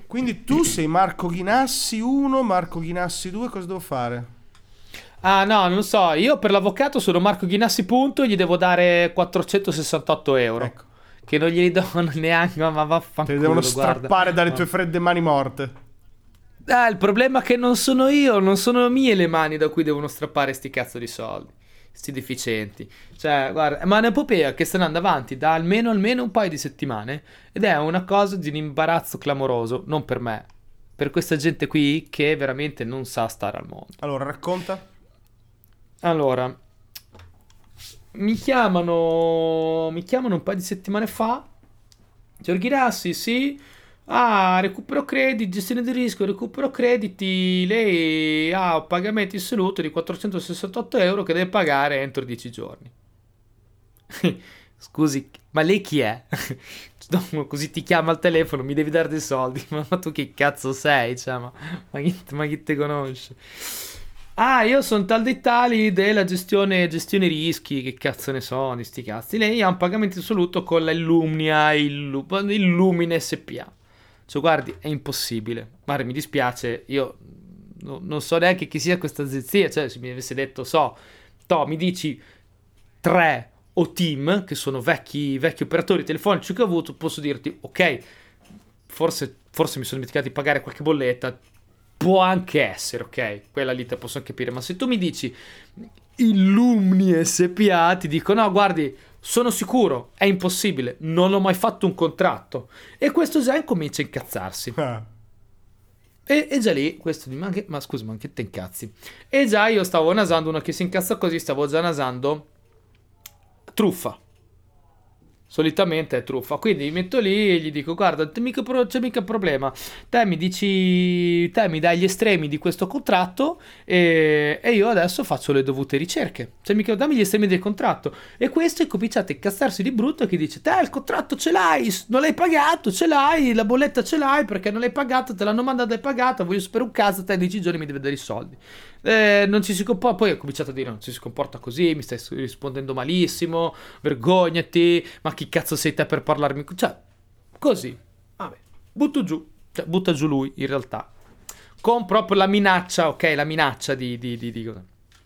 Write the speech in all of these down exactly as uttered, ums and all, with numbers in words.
Quindi tu sei Marco Ghinassi uno, Marco Ghinassi due, cosa devo fare? Ah no, non so, io per l'avvocato sono Marco Ghinassi punto, gli devo dare quattrocentosessantotto euro. Ecco. Che non glieli do neanche, ma vaffanculo. Te li devono guarda. strappare dalle No. tue fredde mani morte. Ah, il problema è che non sono io, non sono mie le mani da cui devono strappare sti cazzo di soldi. Sti deficienti. Cioè, guarda, ma è un'epopea che sta andando avanti da almeno almeno un paio di settimane ed è una cosa di un imbarazzo clamoroso, non per me, per questa gente qui che veramente non sa stare al mondo. Allora, racconta. Allora, mi chiamano mi chiamano un paio di settimane fa. Giorgi Rassi, sì. Ah, recupero crediti, gestione di rischio, recupero crediti. Lei ha un pagamento assoluto di quattrocentosessantotto euro che deve pagare entro dieci giorni. Scusi, ma lei chi è? No, così ti chiama al telefono, mi devi dare dei soldi. Ma tu che cazzo sei? Cioè, ma, ma, chi, ma chi te conosce? Ah, io sono tal dei tali della gestione, gestione rischi, che cazzo ne so di sti cazzi. Lei ha un pagamento assoluto con la Illumnia, Illu- Illumine S P A. Cioè, guardi, è impossibile. Guarda, mi dispiace, io no- non so neanche chi sia questa zizia. Cioè, se mi avesse detto, so, to, mi dici tre o team, che sono vecchi, vecchi operatori telefonici che ho avuto, posso dirti, ok, forse, forse mi sono dimenticato di pagare qualche bolletta. Può anche essere, ok? Quella lì te posso anche capire. Ma se tu mi dici Illumni S P A, ti dico no, guardi, sono sicuro, è impossibile, non ho mai fatto un contratto. E questo già incomincia a incazzarsi. Ah. E, e già lì, questo di ma, che, ma scusa, ma che te incazzi? E già io stavo nasando, uno che si incazza così, stavo già nasando truffa. Solitamente è truffa, quindi mi metto lì e gli dico guarda, te mica pro- c'è mica problema, te mi dici, te mi dai gli estremi di questo contratto e, e io adesso faccio le dovute ricerche, cioè mica dammi gli estremi del contratto. E questo è cominciato a incazzarsi di brutto, che dice te il contratto ce l'hai, non l'hai pagato, ce l'hai, la bolletta ce l'hai perché non l'hai pagato, te l'hanno mandata e pagata, voglio sapere un caso, te in dieci giorni mi devi dare i soldi. Eh, non ci si comporta, poi ho cominciato a dire non ci si comporta così, mi stai rispondendo malissimo, vergognati, ma chi cazzo sei te per parlarmi, cioè così, vabbè, butto giù, cioè butta giù lui in realtà, con proprio la minaccia, ok, la minaccia di di di, di cosa.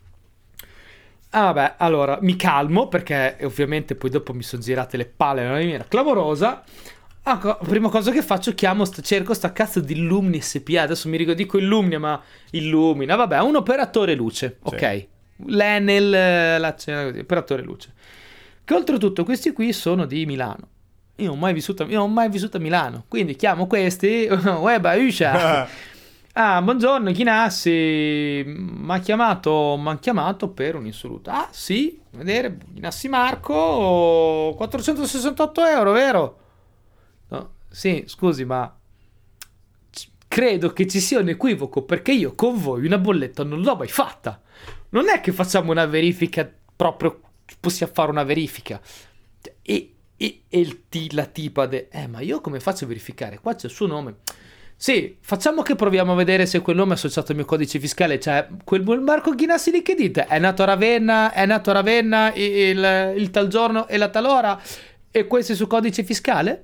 Ah vabbè, allora mi calmo perché ovviamente poi dopo mi sono girate le palle in una maniera clamorosa. Ah, co- prima cosa che faccio, chiamo, st- cerco sta cazzo di Illumni S P A. Adesso mi ricordo, dico Illumina, ma Illumina, vabbè, un operatore luce, Sì. ok. L'Enel, eh, la cena così, operatore luce. Che oltretutto questi qui sono di Milano. Io non ho mai vissuto, io non ho mai vissuto a Milano, quindi chiamo questi, uè Bauscia. Ah, buongiorno, Ghinassi, mi ha chiamato, m'han chiamato per un insolito. Ah, sì, vedere, Ghinassi Marco, quattrocentosessantotto euro, vero? No, sì, scusi, ma c- credo che ci sia un equivoco perché io con voi una bolletta non l'ho mai fatta. Non è che facciamo una verifica proprio, possiamo fare una verifica. E, e, e il ti- la tipa de, eh, ma io come faccio a verificare? Qua c'è il suo nome. Sì, facciamo che proviamo a vedere se quel nome è associato al mio codice fiscale. Cioè, quel buon Marco Ghinassi lì che dite? È nato a Ravenna, è nato a Ravenna il, il, il tal giorno e la tal ora. E questo è il suo codice fiscale?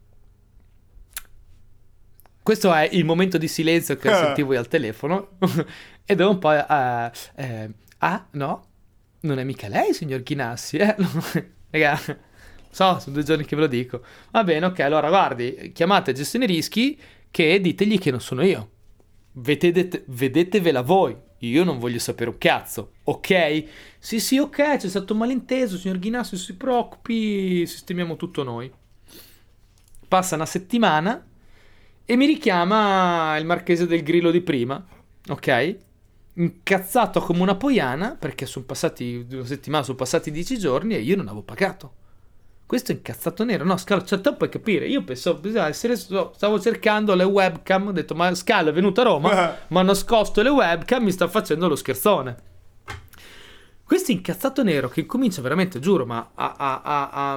Questo è il momento di silenzio che sentivo io al telefono. E dopo un po'... eh, eh, ah, no? Non è mica lei, signor Ghinassi, eh? Raga, so, sono due giorni che ve lo dico. Va bene, ok, allora guardi, chiamate gestione rischi che ditegli che non sono io. Vedete, vedetevela voi. Io non voglio sapere un cazzo, ok? Sì, sì, ok, c'è stato un malinteso, signor Ghinassi, non si preoccupi, sistemiamo tutto noi. Passa una settimana e mi richiama il marchese del Grillo di prima, ok? Incazzato come una poiana perché sono passati una settimana, sono passati dieci giorni e io non avevo pagato. Questo è incazzato nero. No, Scalo, cioè, te puoi capire. Io pensavo, bisogna essere, stavo cercando le webcam, ho detto, ma Scalo è venuto a Roma, mi ha nascosto le webcam, mi sta facendo lo scherzone. Questo incazzato nero che comincia veramente, giuro, ma a, a, a, a,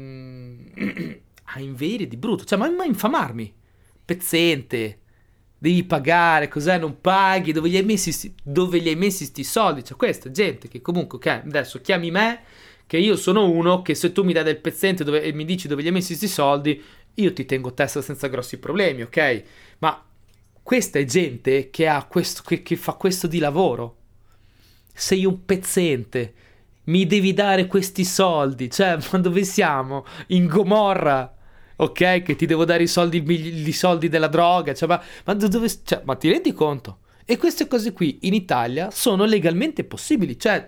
a inveire di brutto, cioè, ma, ma infamarmi. Pezzente, devi pagare, cos'è, non paghi, dove gli hai messi sti, dove gli hai messi sti soldi? Cioè, questa gente che comunque, ok, adesso chiami me, che io sono uno che se tu mi dai del pezzente dove, e mi dici dove gli hai messi sti soldi, io ti tengo testa senza grossi problemi, ok? Ma questa è gente che ha questo, che, che fa questo di lavoro. Sei un pezzente, mi devi dare questi soldi, cioè, ma dove siamo? In Gomorra, ok? Che ti devo dare i soldi, i soldi della droga, cioè, ma, ma dove, cioè, ma ti rendi conto? E queste cose qui in Italia sono legalmente possibili, cioè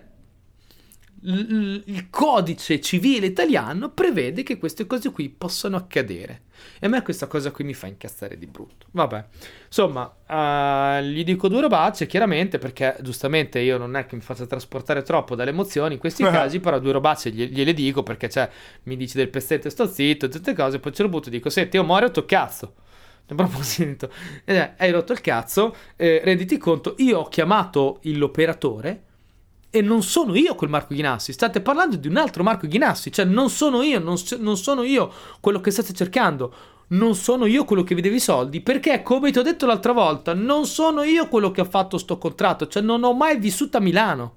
l- il codice civile italiano prevede che queste cose qui possano accadere. E a me questa cosa qui mi fa incazzare di brutto. Vabbè, insomma, uh, gli dico due robacce, chiaramente, perché giustamente io non è che mi faccia trasportare troppo dalle emozioni in questi casi, però due robacce glie- gliele dico, perché cioè, mi dici del pestente, sto zitto, tutte cose, poi ce lo butto e dico, senti, io mo' hai rotto il cazzo. A proposito, eh, hai rotto il cazzo, eh, renditi conto, io ho chiamato l'operatore e non sono io quel Marco Ghinassi, state parlando di un altro Marco Ghinassi, cioè non sono io, non, non sono io quello che state cercando, non sono io quello che vi deve i soldi, perché come ti ho detto l'altra volta, non sono io quello che ha fatto sto contratto, cioè non ho mai vissuto a Milano.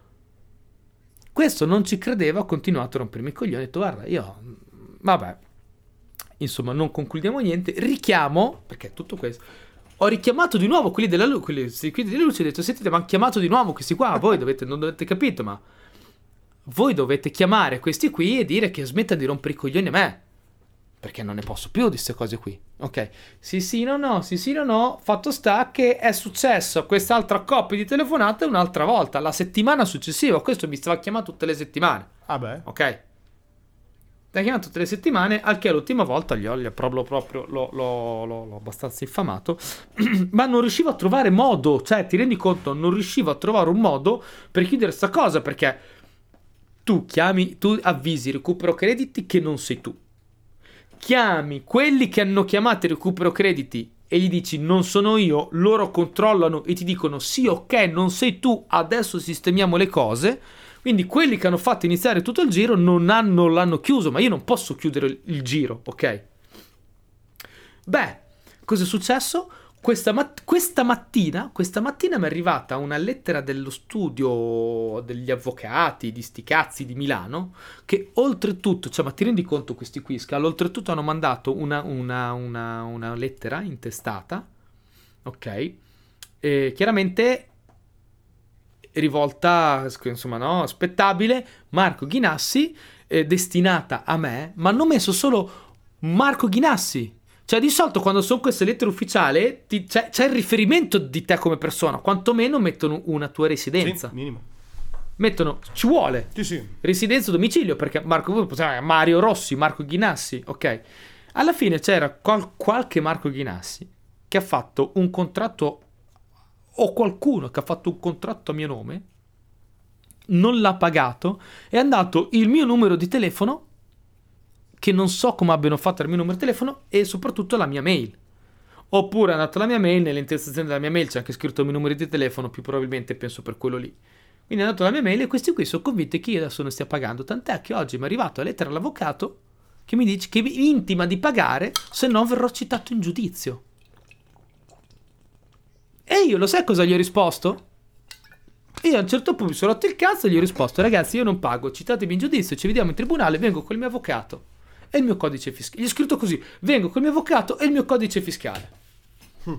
Questo non ci credeva, ha continuato a rompermi i coglioni, ho detto guarda, io, vabbè, insomma non concludiamo niente, richiamo, perché tutto questo... Ho richiamato di nuovo quelli della luce, quelli, quelli della luce, ho detto, sentite, mi hanno chiamato di nuovo questi qua, voi dovete, non dovete capito, ma voi dovete chiamare questi qui e dire che smettano di rompere i coglioni a me, perché non ne posso più di queste cose qui, ok? Sì sì no no, sì sì no no, fatto sta che è successo quest'altra coppia di telefonate un'altra volta, la settimana successiva, questo mi stava chiamando tutte le settimane, ah beh, ok? Mi ha chiamato tutte le settimane, al che l'ultima volta gli ho, gli ho proprio, proprio l'ho, l'ho, l'ho, l'ho abbastanza infamato, ma non riuscivo a trovare modo, cioè ti rendi conto, non riuscivo a trovare un modo per chiudere sta cosa, perché tu chiami, tu avvisi recupero crediti che non sei tu, chiami quelli che hanno chiamato recupero crediti e gli dici non sono io, loro controllano e ti dicono sì ok non sei tu, adesso sistemiamo le cose. Quindi quelli che hanno fatto iniziare tutto il giro non hanno, l'hanno chiuso, ma io non posso chiudere il, il giro, ok? Beh, cosa è successo? Questa, mat- questa mattina, questa mattina mi è arrivata una lettera dello studio degli avvocati di sti cazzi di Milano, che oltretutto, cioè ma ti rendi conto questi qui, Scalo, oltretutto hanno mandato una, una, una, una lettera intestata, ok? E chiaramente... rivolta, insomma, no, aspettabile, Marco Ghinassi, eh, destinata a me, ma hanno messo solo Marco Ghinassi. Cioè, di solito quando sono queste lettere ufficiali ti, c'è, c'è il riferimento di te come persona, quantomeno mettono una tua residenza. sì, minimo. Mettono, ci vuole. Sì, sì. Residenza, domicilio, perché Marco, Mario Rossi, Marco Ghinassi, ok. Alla fine c'era qual, qualche Marco Ghinassi che ha fatto un contratto o qualcuno che ha fatto un contratto a mio nome, non l'ha pagato, è andato il mio numero di telefono, che non so come abbiano fatto il mio numero di telefono, e soprattutto la mia mail. Oppure è andata la mia mail, nell'intestazione della mia mail c'è anche scritto il mio numero di telefono, più probabilmente penso per quello lì. Quindi è andato la mia mail e questi qui sono convinti che io adesso non stia pagando, tant'è che oggi mi è arrivato la lettera all'avvocato che mi dice che mi intima di pagare, se no verrò citato in giudizio. E io lo sai cosa gli ho risposto? Io a un certo punto mi sono rotto il cazzo e gli ho risposto: ragazzi, io non pago, citatemi in giudizio, ci vediamo in tribunale, vengo col mio avvocato e il mio codice fiscale. Gli ho scritto così: vengo col mio avvocato e il mio codice fiscale. hm.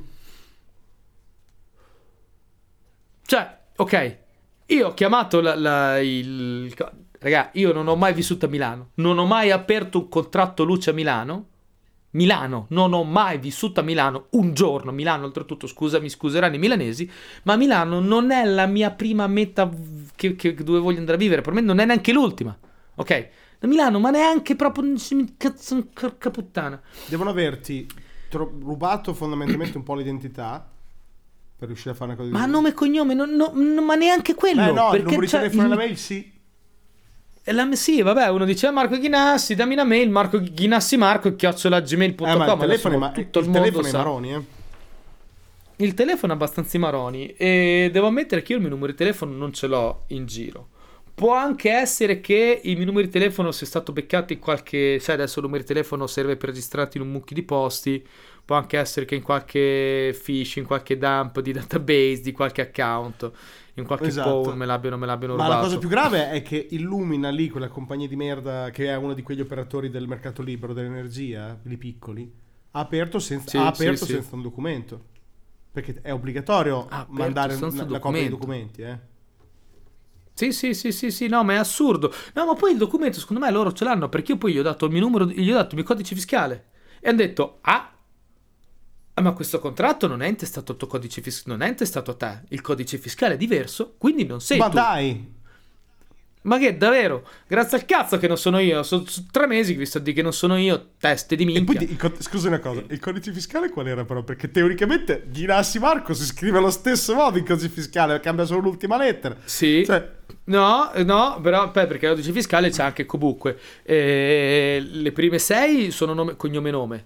Cioè, ok, io ho chiamato la, la, il... Raga, io non ho mai vissuto a Milano, non ho mai aperto un contratto luce a Milano. Milano, non ho mai vissuto a Milano un giorno. Milano, oltretutto, scusa, mi scuseranno i milanesi, ma Milano non è la mia prima meta che, che, dove voglio andare a vivere, per me non è neanche l'ultima, ok? Da Milano, ma neanche proprio, cazzo, porca puttana. Devono averti tro- rubato fondamentalmente un po' l'identità per riuscire a fare una cosa ma di... nome e cognome, non, no, no, ma neanche quello. Eh no, il perché numero di cioè, telefono e il... la mail sì. La, sì, vabbè, uno dice Marco Ghinassi, dammi una mail, Marco Ghinassi Marco, chiocciola gmail punto com. Eh, ma il telefono, Adesso ma tutto il il mondo telefono è sa. maroni, eh. Il telefono è abbastanza maroni e devo ammettere che io il mio numero di telefono non ce l'ho in giro. Può anche essere che il mio numero di telefono sia stato beccato in qualche... sai, adesso il numero di telefono serve per registrarti in un mucchio di posti. può anche essere che in qualche fish, in qualche dump di database, di qualche account, in qualche Esatto. phone me l'abbiano, me l'abbiano Ma rubato. la cosa più grave è che Illumina lì, quella compagnia di merda che è uno di quegli operatori del mercato libero dell'energia, quelli piccoli, ha aperto senza, Sì, ha aperto sì, senza sì. un documento. Perché è obbligatorio Ha aperto mandare senza la, la copia dei documento. documenti, eh. Sì, sì, sì, sì, sì, no, ma è assurdo. No, ma poi il documento, secondo me, loro ce l'hanno, perché io poi gli ho dato il mio numero, gli ho dato il mio codice fiscale. E hanno detto, ah, ah, ma questo contratto non è intestato al tuo codice fiscale, non è intestato a te. Il codice fiscale è diverso, quindi non sei Ma tu. dai! Ma che, davvero? Grazie al cazzo che non sono io. Sono tre mesi che vi sto a dire che non sono io, teste di E minchia. poi, di- il co- scusa una cosa, il codice fiscale qual era però? Perché teoricamente Ginassi Marco si scrive allo stesso modo il codice fiscale, cambia solo l'ultima lettera. Sì. Cioè, No, no, però beh, perché il codice fiscale c'è anche comunque. Eh, le prime sei sono nome, cognome e nome.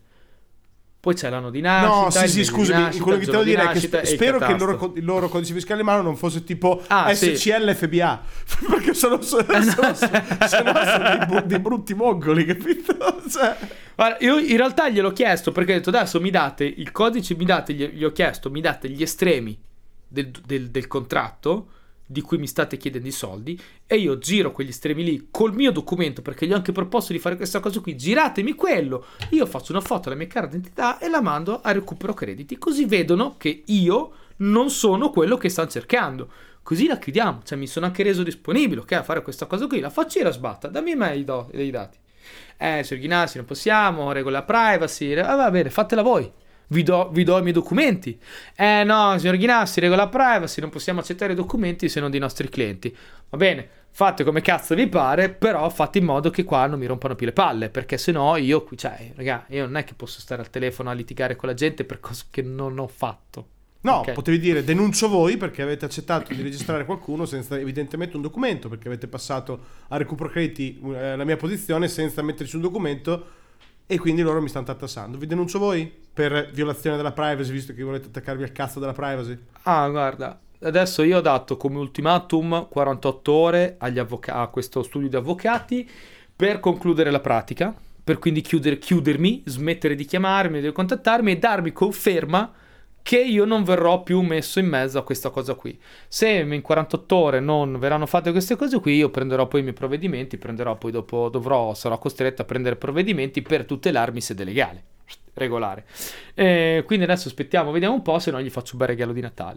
Poi c'è l'anno di nascita. no, sì, il sì, mese di scusami, nascita, quello il che giorno devo di dire è che nascita spe- e il spero che il loro, catasto. co- il loro codice fiscale in mano non fosse tipo Ah, sì. S C L F B A, perché sono, sono, sono, sono, se no sono dei, bu- dei brutti mongoli, capito? Cioè, Guarda, io in realtà gliel'ho chiesto perché ho detto adesso mi date il codice, mi date, gli, gli ho chiesto, mi date gli estremi del, del, del contratto di cui mi state chiedendo i soldi e io giro quegli estremi lì col mio documento perché gli ho anche proposto di fare questa cosa qui, giratemi quello, io faccio una foto della mia carta d'identità e la mando a recupero crediti, così vedono che io non sono quello che stanno cercando. Così la chiudiamo, cioè mi sono anche reso disponibile, ok, a fare questa cosa qui, la faccio e la sbatta, dammi a me i, do- i dati. Eh, signor Ghinassi, non possiamo, regola privacy, ah, va bene, fatela voi, vi do, vi do i miei documenti. Eh no, signor Ghinassi, regola privacy, non possiamo accettare i documenti se non dei nostri clienti. Va bene, fate come cazzo vi pare, però fate in modo che qua non mi rompano più le palle, perché sennò io qui, cioè, raga, io non è che posso stare al telefono a litigare con la gente per cose che non ho fatto. no, Ok. potevi dire denuncio voi perché avete accettato di registrare qualcuno senza evidentemente un documento, perché avete passato a recupero crediti eh, la mia posizione senza metterci un documento e quindi loro mi stanno tartassando. Vi denuncio voi per violazione della privacy, visto che volete attaccarvi al cazzo della privacy. Ah, guarda, adesso io ho dato come ultimatum quarantotto ore agli avvoca- a questo studio di avvocati per concludere la pratica, per quindi chiudere, chiudermi, smettere di chiamarmi, di contattarmi e darmi conferma che io non verrò più messo in mezzo a questa cosa qui. Se in quarantotto ore non verranno fatte queste cose qui, io prenderò poi i miei provvedimenti, prenderò poi dopo, dovrò, sarò costretto a prendere provvedimenti per tutelarmi sede legale, regolare. Eh, quindi adesso aspettiamo, vediamo un po', se no gli faccio un bel regalo di Natale.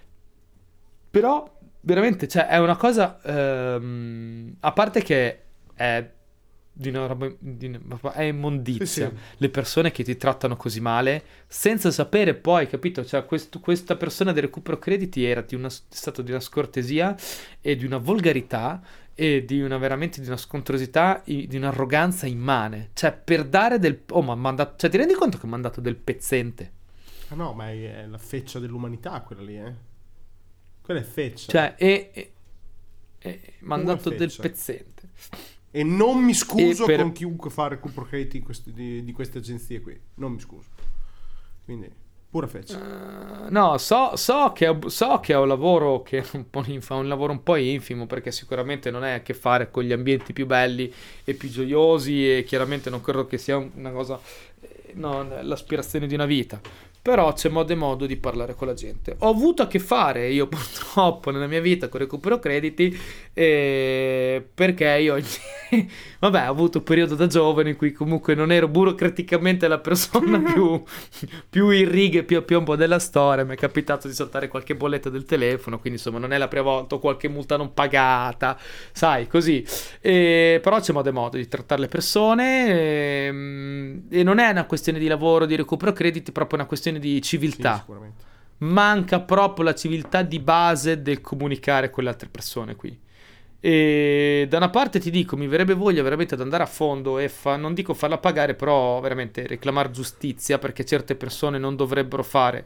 Però veramente, cioè, è una cosa, ehm, a parte che è di una roba, di una- è immondizia, Sì, sì. le persone che ti trattano così male senza sapere poi, capito? Cioè, questo- questa persona del recupero crediti era di una, è stato di una scortesia e di una volgarità e di una veramente di una scontrosità, i- di un'arroganza immane. Cioè, per dare del... Oh, ma ha mandato... Cioè, ti rendi conto che mi ha mandato del pezzente? Ah no, ma è la feccia dell'umanità quella lì, eh. Quella è feccia. Cioè, e... e, e mi ha Pura mandato del feccia. pezzente. E non mi scuso E per- con chiunque fa recupero crediti in questi- di, di queste agenzie qui. Non mi scuso. Quindi, pura feccia. Uh, no, so, so che, ho- so che è un lavoro che è un po' inf- un lavoro un po' infimo, perché sicuramente non è a che fare con gli ambienti più belli e più gioiosi e chiaramente non credo che sia un- una cosa, eh, no, l'aspirazione di una vita. Però c'è modo e modo di parlare con la gente. Ho avuto a che fare io purtroppo nella mia vita con recupero crediti, eh, perché io vabbè, ho avuto un periodo da giovane in cui comunque non ero burocraticamente la persona più, più in righe, più a piombo della storia. Mi è capitato di saltare qualche bolletta del telefono, quindi insomma non è la prima volta, o qualche multa non pagata, sai, così. E, però c'è modo e modo di trattare le persone, e, e non è una questione di lavoro, di recupero crediti, proprio una questione di Sì, civiltà. sicuramente. Manca proprio la civiltà di base del comunicare con le altre persone qui. E da una parte ti dico, mi verrebbe voglia veramente ad andare a fondo e fa, non dico farla pagare, però veramente reclamare giustizia, perché certe persone non dovrebbero fare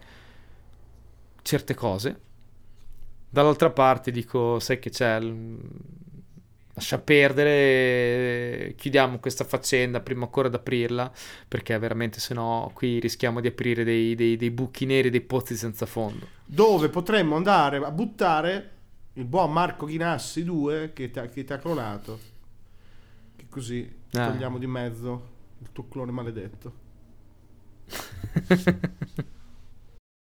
certe cose. Dall'altra parte dico, sai che c'è, l- lascia perdere, chiudiamo questa faccenda prima ancora di aprirla, perché veramente sennò qui rischiamo di aprire dei, dei, dei buchi neri, dei pozzi senza fondo. Dove potremmo andare a buttare il buon Marco Ghinassi due che ti ha, che ti ha clonato. Che così Ah. togliamo di mezzo il tuo clone maledetto.